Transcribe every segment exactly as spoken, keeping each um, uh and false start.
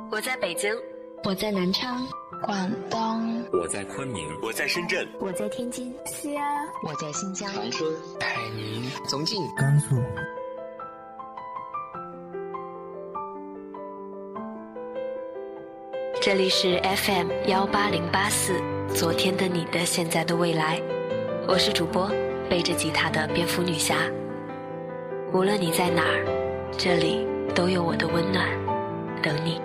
我在北京， 我在南昌， 广东， 我在昆明， 我在深圳， 我在天津， 西安， 我在新疆， 长春， 海宁， 重庆， 甘肃。 这里是 F M 幺八零八四，昨天的你的现在的未来，我是主播背着吉他的蝙蝠女侠。无论你在哪儿，这里都有我的温暖等你。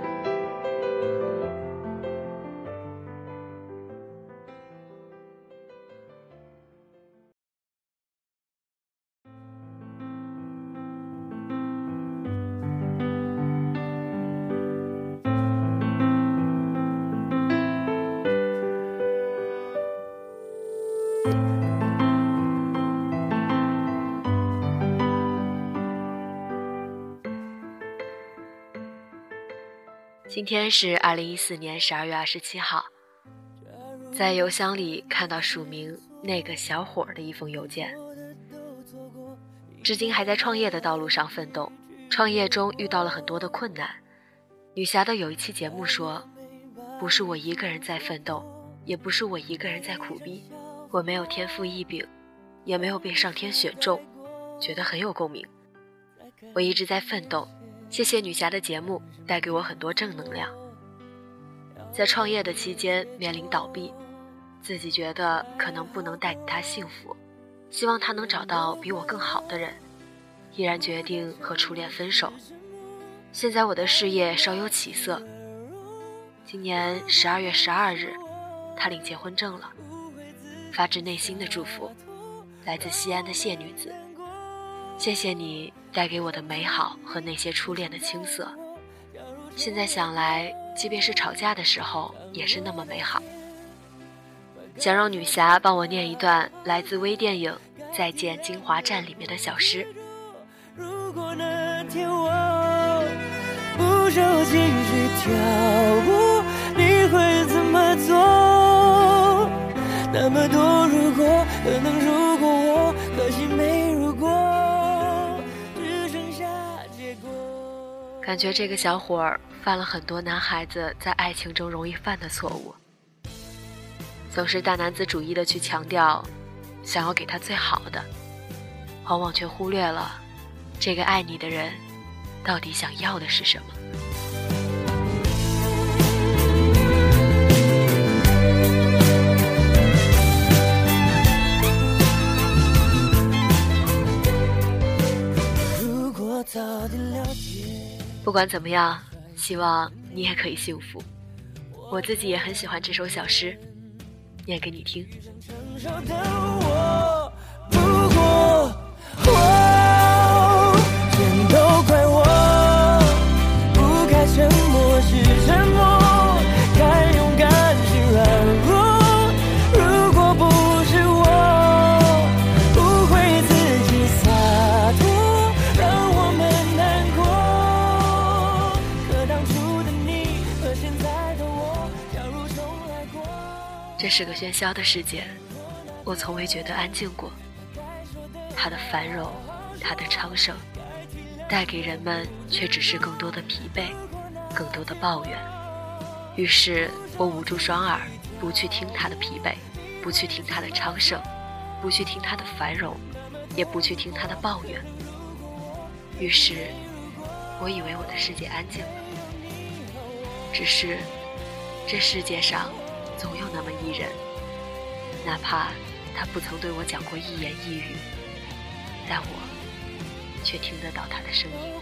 今天是二零一四年十二月二十七号，在邮箱里看到署名那个小伙的一封邮件。至今还在创业的道路上奋斗，创业中遇到了很多的困难。女侠的有一期节目说，不是我一个人在奋斗，也不是我一个人在苦逼，我没有天赋异禀，也没有被上天选中，觉得很有共鸣。我一直在奋斗，谢谢女侠的节目带给我很多正能量。在创业的期间面临倒闭，自己觉得可能不能带给她幸福，希望她能找到比我更好的人，毅然决定和初恋分手。现在我的事业稍有起色，今年十二月十二日她领结婚证了，发自内心的祝福，来自西安的谢女子。谢谢你带给我的美好和那些初恋的青涩，现在想来，即便是吵架的时候也是那么美好。想让女侠帮我念一段来自微电影《再见金华站》里面的小诗。 如果那天我不受情绪挑拨，你会怎么做？那么多如果，可能如果我，可惜没如果，只剩下结果。 感觉这个小伙儿犯了很多男孩子在爱情中容易犯的错误，总是大男子主义的去强调想要给他最好的，往往却忽略了这个爱你的人到底想要的是什么。不管怎么样，希望你也可以幸福。我自己也很喜欢这首小诗，念给你听。 如果我全都怪我，不该沉默是沉默，该勇敢是软弱。如果不是我不会自己洒脱，让我们难过。可当初的你和现在的我，假如重来过。 这是个喧嚣的世界，我从未觉得安静过。它的繁荣，它的昌盛，带给人们却只是更多的疲惫，更多的抱怨。于是我捂住双耳，不去听它的疲惫，不去听它的昌盛，不去听它的繁荣，也不去听它的抱怨。于是我以为我的世界安静了，只是这世界上总有那么一人，哪怕他不曾对我讲过一言一语，但我却听得到他的声音。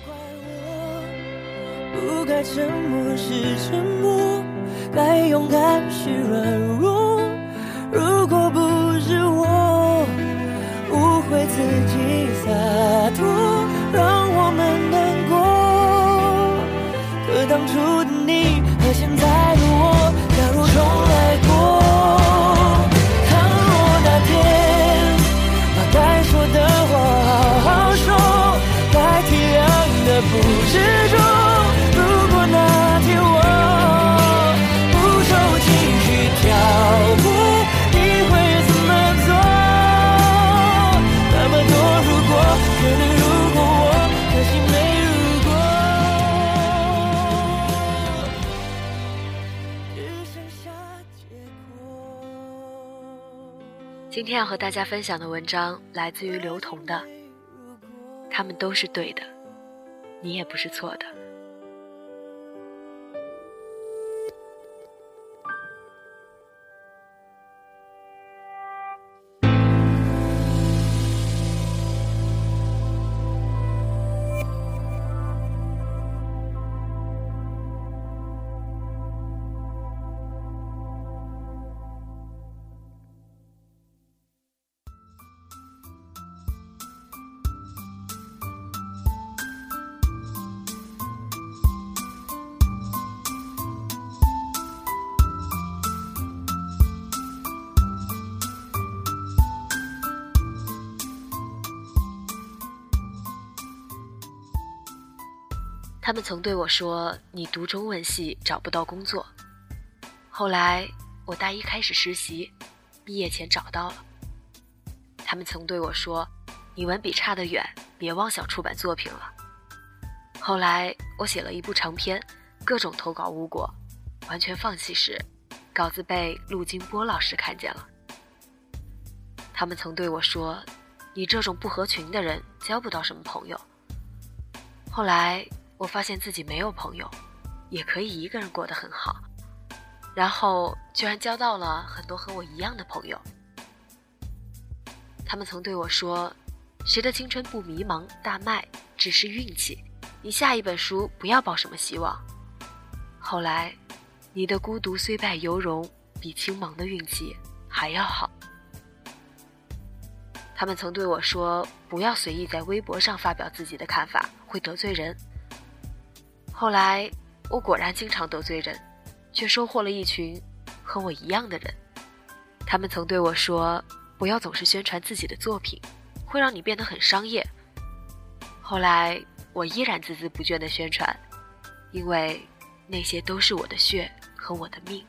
不该沉默是沉默，该勇敢是软弱。如果不是我误会自己洒脱，让我们难过。可当初的你和现在的我，假如重来过，倘若那天把该说的话好好说，该体谅的不执着。如果那天我不受情绪挑拨，你会怎么做？那么多如果，可能如果我，可惜没如果。 今天要和大家分享的文章来自于刘同的，他们都是对的，你也不是错的。他们曾对我说，你读中文系找不到工作。后来我大一开始实习，毕业前找到了。他们曾对我说，你文笔差得远，别妄想出版作品了。后来我写了一部长篇，各种投稿无果，完全放弃时，稿子被陆金波老师看见了。他们曾对我说，你这种不合群的人交不到什么朋友。后来我发现自己没有朋友，也可以一个人过得很好，然后居然交到了很多和我一样的朋友。他们曾对我说，谁的青春不迷茫大卖只是运气，你下一本书不要抱什么希望。后来你的孤独虽败犹荣，比青芒的运气还要好。他们曾对我说，不要随意在微博上发表自己的看法，会得罪人。后来我果然经常得罪人，却收获了一群和我一样的人。他们曾对我说，不要总是宣传自己的作品，会让你变得很商业。后来我依然孜孜不倦地宣传，因为那些都是我的血和我的命。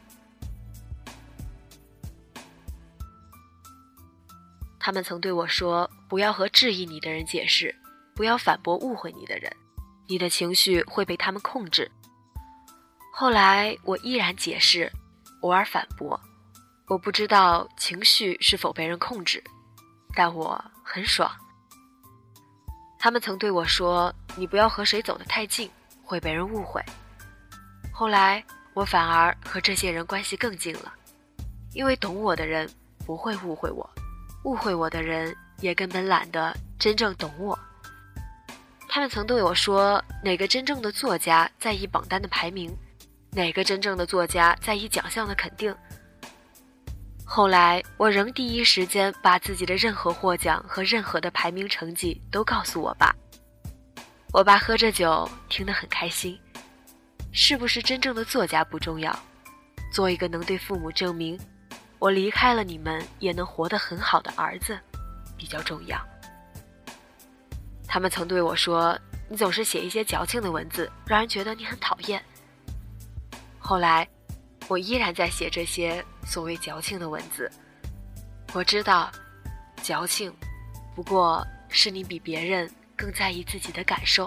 他们曾对我说，不要和质疑你的人解释，不要反驳误会你的人，你的情绪会被他们控制。后来我依然解释，偶尔反驳。我不知道情绪是否被人控制，但我很爽。他们曾对我说，你不要和谁走得太近，会被人误会。后来我反而和这些人关系更近了，因为懂我的人不会误会我，误会我的人也根本懒得真正懂我。他们曾对我说，哪个真正的作家在意榜单的排名，哪个真正的作家在意奖项的肯定。后来我仍第一时间把自己的任何获奖和任何的排名成绩都告诉我爸。我爸喝着酒听得很开心。是不是真正的作家不重要，做一个能对父母证明我离开了你们也能活得很好的儿子比较重要。他们曾对我说，你总是写一些矫情的文字，让人觉得你很讨厌。后来我依然在写这些所谓矫情的文字。我知道矫情不过是你比别人更在意自己的感受。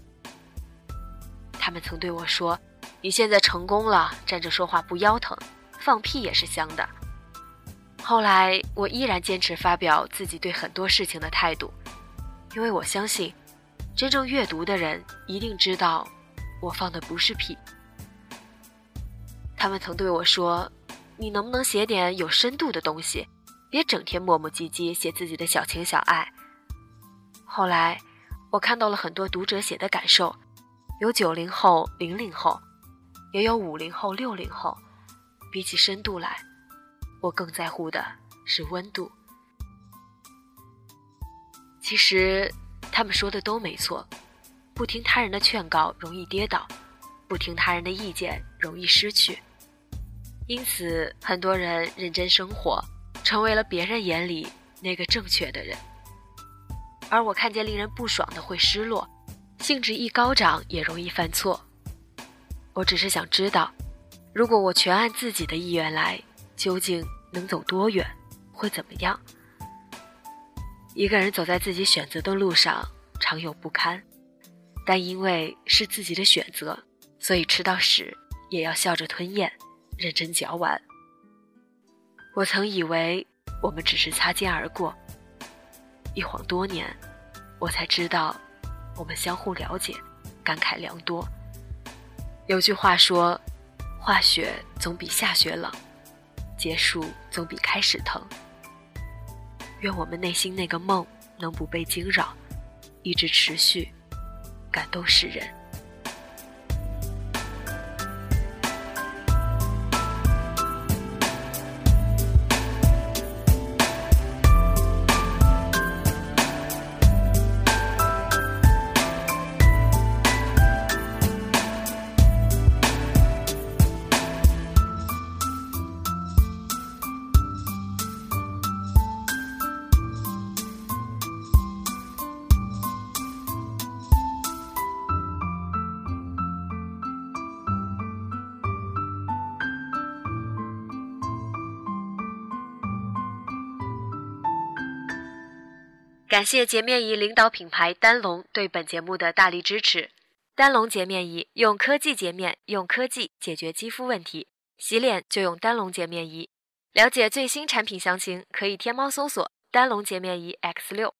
他们曾对我说，你现在成功了，站着说话不腰疼，放屁也是香的。后来我依然坚持发表自己对很多事情的态度，因为我相信真正阅读的人一定知道我放的不是屁。他们曾对我说，你能不能写点有深度的东西，别整天磨磨唧唧写自己的小情小爱。后来我看到了很多读者写的感受，有九零后零零后，也有五零后六零后。比起深度来，我更在乎的是温度。其实他们说的都没错，不听他人的劝告容易跌倒，不听他人的意见容易失去。因此很多人认真生活，成为了别人眼里那个正确的人。而我看见令人不爽的会失落，兴致一高涨也容易犯错。我只是想知道，如果我全按自己的意愿来，究竟能走多远，会怎么样？一个人走在自己选择的路上，常有不堪，但因为是自己的选择，所以吃到屎也要笑着吞咽，认真嚼完。我曾以为我们只是擦肩而过。一晃多年，我才知道我们相互了解，感慨良多。有句话说，化雪总比下雪冷，结束总比开始疼。愿我们内心那个梦能不被惊扰，一直持续，感动世人。感谢洁面仪领导品牌丹龙对本节目的大力支持。丹龙洁面仪用科技洁面，用科技解决肌肤问题，洗脸就用丹龙洁面仪。了解最新产品详情，可以天猫搜索丹龙洁面仪 X 六。